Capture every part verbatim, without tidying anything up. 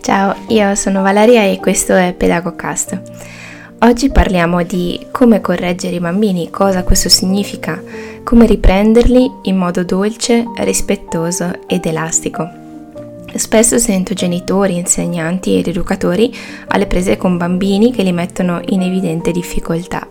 Ciao, io sono Valeria e questo è Pedagogcast. Oggi parliamo di come correggere i bambini, cosa questo significa, come riprenderli in modo dolce, rispettoso ed elastico. Spesso sento genitori, insegnanti ed educatori alle prese con bambini che li mettono in evidente difficoltà,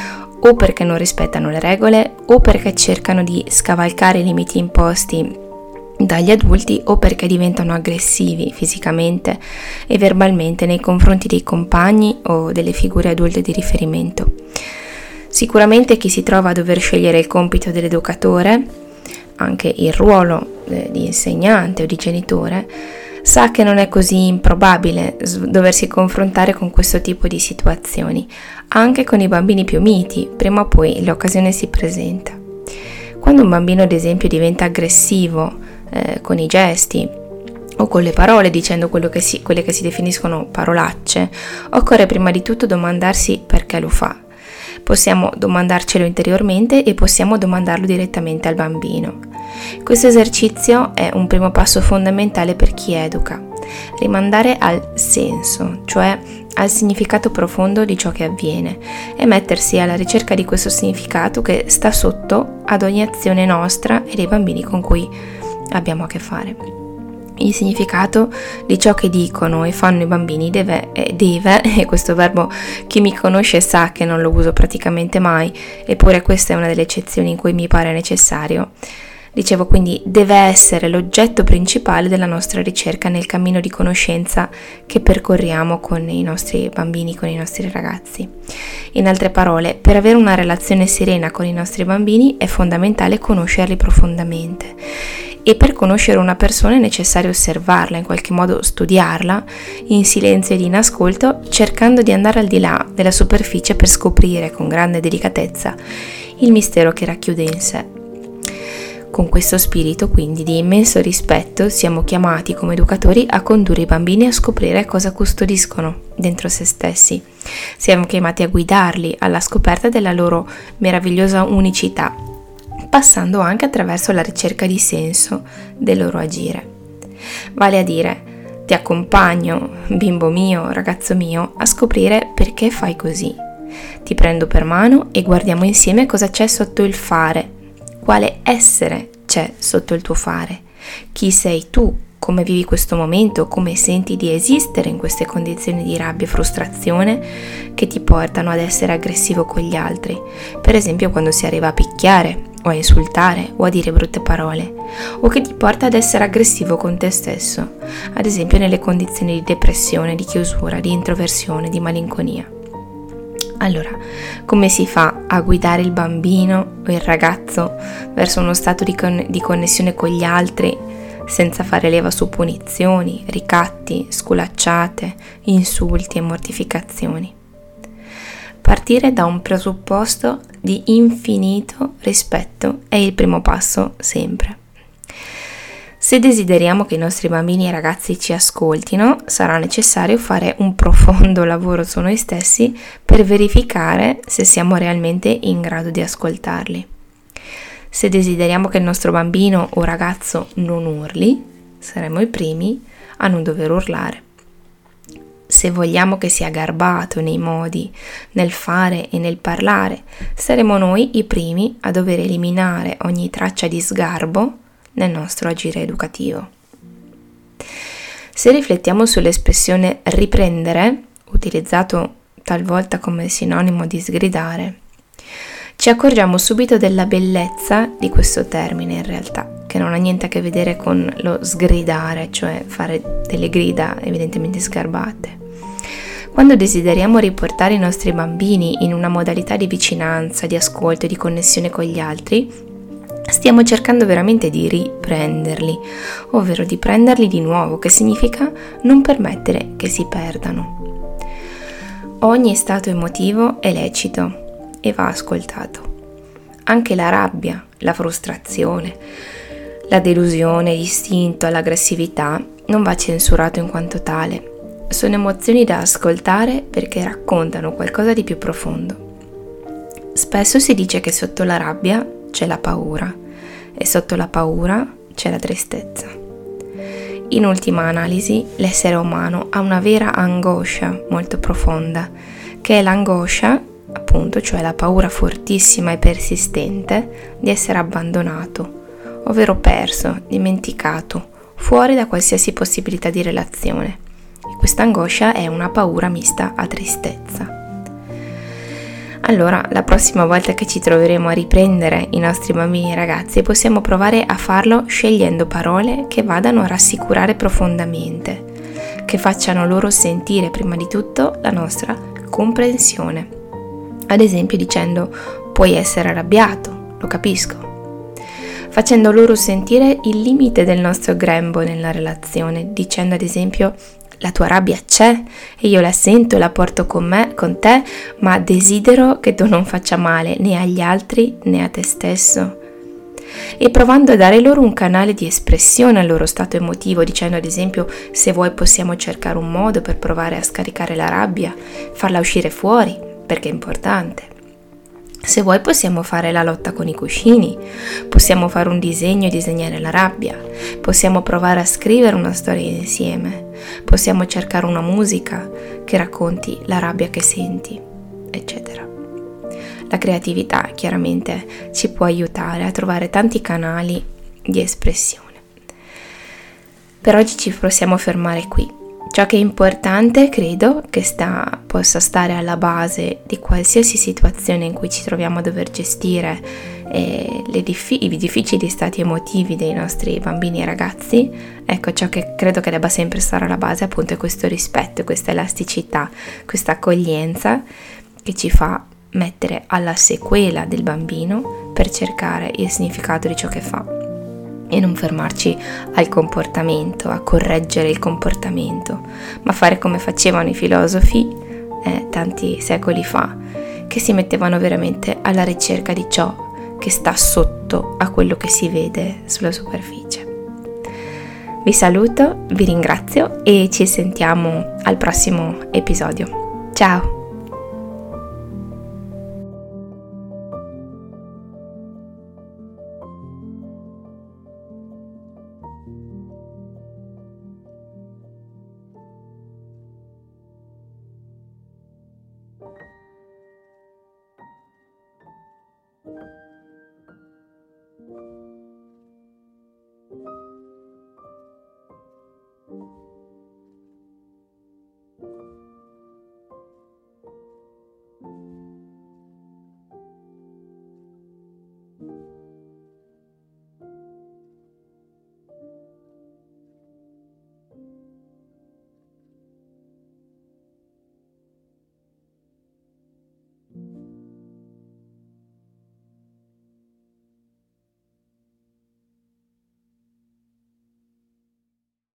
o perché non rispettano le regole, o perché cercano di scavalcare i limiti imposti dagli adulti, o perché diventano aggressivi fisicamente e verbalmente nei confronti dei compagni o delle figure adulte di riferimento. Sicuramente chi si trova a dover scegliere il compito dell'educatore, anche il ruolo eh, di insegnante o di genitore, sa che non è così improbabile doversi confrontare con questo tipo di situazioni, anche con i bambini più miti, prima o poi l'occasione si presenta. Quando un bambino, ad esempio, diventa aggressivo eh, con i gesti o con le parole, dicendo quello che si, quelle che si definiscono parolacce, occorre prima di tutto domandarsi perché lo fa. Possiamo domandarcelo interiormente e possiamo domandarlo direttamente al bambino. Questo esercizio è un primo passo fondamentale per chi educa. Rimandare al senso, cioè al significato profondo di ciò che avviene, e mettersi alla ricerca di questo significato che sta sotto ad ogni azione nostra e dei bambini con cui abbiamo a che fare. Il significato di ciò che dicono e fanno i bambini deve, eh, deve, e questo verbo chi mi conosce sa che non lo uso praticamente mai, eppure questa è una delle eccezioni in cui mi pare necessario. Dicevo, quindi deve essere l'oggetto principale della nostra ricerca nel cammino di conoscenza che percorriamo con i nostri bambini, con i nostri ragazzi. In altre parole, per avere una relazione serena con i nostri bambini è fondamentale conoscerli profondamente. E per conoscere una persona è necessario osservarla, in qualche modo studiarla, in silenzio ed in ascolto, cercando di andare al di là della superficie per scoprire con grande delicatezza il mistero che racchiude in sé. Con questo spirito, quindi, di immenso rispetto, siamo chiamati come educatori a condurre i bambini a scoprire cosa custodiscono dentro se stessi. Siamo chiamati a guidarli alla scoperta della loro meravigliosa unicità, passando anche attraverso la ricerca di senso del loro agire. Vale a dire, ti accompagno, bimbo mio, ragazzo mio, a scoprire perché fai così. Ti prendo per mano e guardiamo insieme cosa c'è sotto il fare. Quale essere c'è sotto il tuo fare? Chi sei tu? Come vivi questo momento? Come senti di esistere in queste condizioni di rabbia e frustrazione che ti portano ad essere aggressivo con gli altri? Per esempio quando si arriva a picchiare o a insultare o a dire brutte parole, o che ti porta ad essere aggressivo con te stesso, ad esempio nelle condizioni di depressione, di chiusura, di introversione, di malinconia. Allora, come si fa a guidare il bambino o il ragazzo verso uno stato di, con- di connessione con gli altri senza fare leva su punizioni, ricatti, sculacciate, insulti e mortificazioni? Partire da un presupposto di infinito rispetto è il primo passo sempre. Se desideriamo che i nostri bambini e ragazzi ci ascoltino, sarà necessario fare un profondo lavoro su noi stessi per verificare se siamo realmente in grado di ascoltarli. Se desideriamo che il nostro bambino o ragazzo non urli, saremo i primi a non dover urlare. Se vogliamo che sia garbato nei modi, nel fare e nel parlare, saremo noi i primi a dover eliminare ogni traccia di sgarbo nel nostro agire educativo. Se riflettiamo sull'espressione riprendere, utilizzato talvolta come sinonimo di sgridare, ci accorgiamo subito della bellezza di questo termine in realtà, che non ha niente a che vedere con lo sgridare, cioè fare delle grida evidentemente sgarbate. Quando desideriamo riportare i nostri bambini in una modalità di vicinanza, di ascolto e di connessione con gli altri, stiamo cercando veramente di riprenderli, ovvero di prenderli di nuovo, che significa non permettere che si perdano. Ogni stato emotivo è lecito e va ascoltato. Anche la rabbia, la frustrazione, la delusione, l'istinto, l'aggressività non va censurato in quanto tale. Sono emozioni da ascoltare perché raccontano qualcosa di più profondo. Spesso si dice che sotto la rabbia c'è la paura e sotto la paura c'è la tristezza. In ultima analisi, l'essere umano ha una vera angoscia molto profonda, che è l'angoscia, appunto, cioè la paura fortissima e persistente di essere abbandonato, ovvero perso, dimenticato, fuori da qualsiasi possibilità di relazione. E questa angoscia è una paura mista a tristezza. Allora, la prossima volta che ci troveremo a riprendere i nostri bambini e ragazzi, possiamo provare a farlo scegliendo parole che vadano a rassicurare profondamente, che facciano loro sentire prima di tutto la nostra comprensione. Ad esempio dicendo: puoi essere arrabbiato, lo capisco. Facendo loro sentire il limite del nostro grembo nella relazione, dicendo ad esempio: la tua rabbia c'è e io la sento e la porto con me, con te, ma desidero che tu non faccia male né agli altri né a te stesso. E provando a dare loro un canale di espressione al loro stato emotivo, dicendo ad esempio: se vuoi possiamo cercare un modo per provare a scaricare la rabbia, farla uscire fuori, perché è importante. Se vuoi possiamo fare la lotta con i cuscini, possiamo fare un disegno e disegnare la rabbia, possiamo provare a scrivere una storia insieme, possiamo cercare una musica che racconti la rabbia che senti, eccetera. La creatività chiaramente ci può aiutare a trovare tanti canali di espressione. Per oggi ci possiamo fermare qui. Ciò che è importante, credo, che sta, possa stare alla base di qualsiasi situazione in cui ci troviamo a dover gestire eh, le diffi- i difficili stati emotivi dei nostri bambini e ragazzi, ecco, ciò che credo che debba sempre stare alla base appunto è questo rispetto, questa elasticità, questa accoglienza che ci fa mettere alla sequela del bambino per cercare il significato di ciò che fa. E non fermarci al comportamento, a correggere il comportamento, ma fare come facevano i filosofi eh, tanti secoli fa, che si mettevano veramente alla ricerca di ciò che sta sotto a quello che si vede sulla superficie. Vi saluto, vi ringrazio e ci sentiamo al prossimo episodio. Ciao!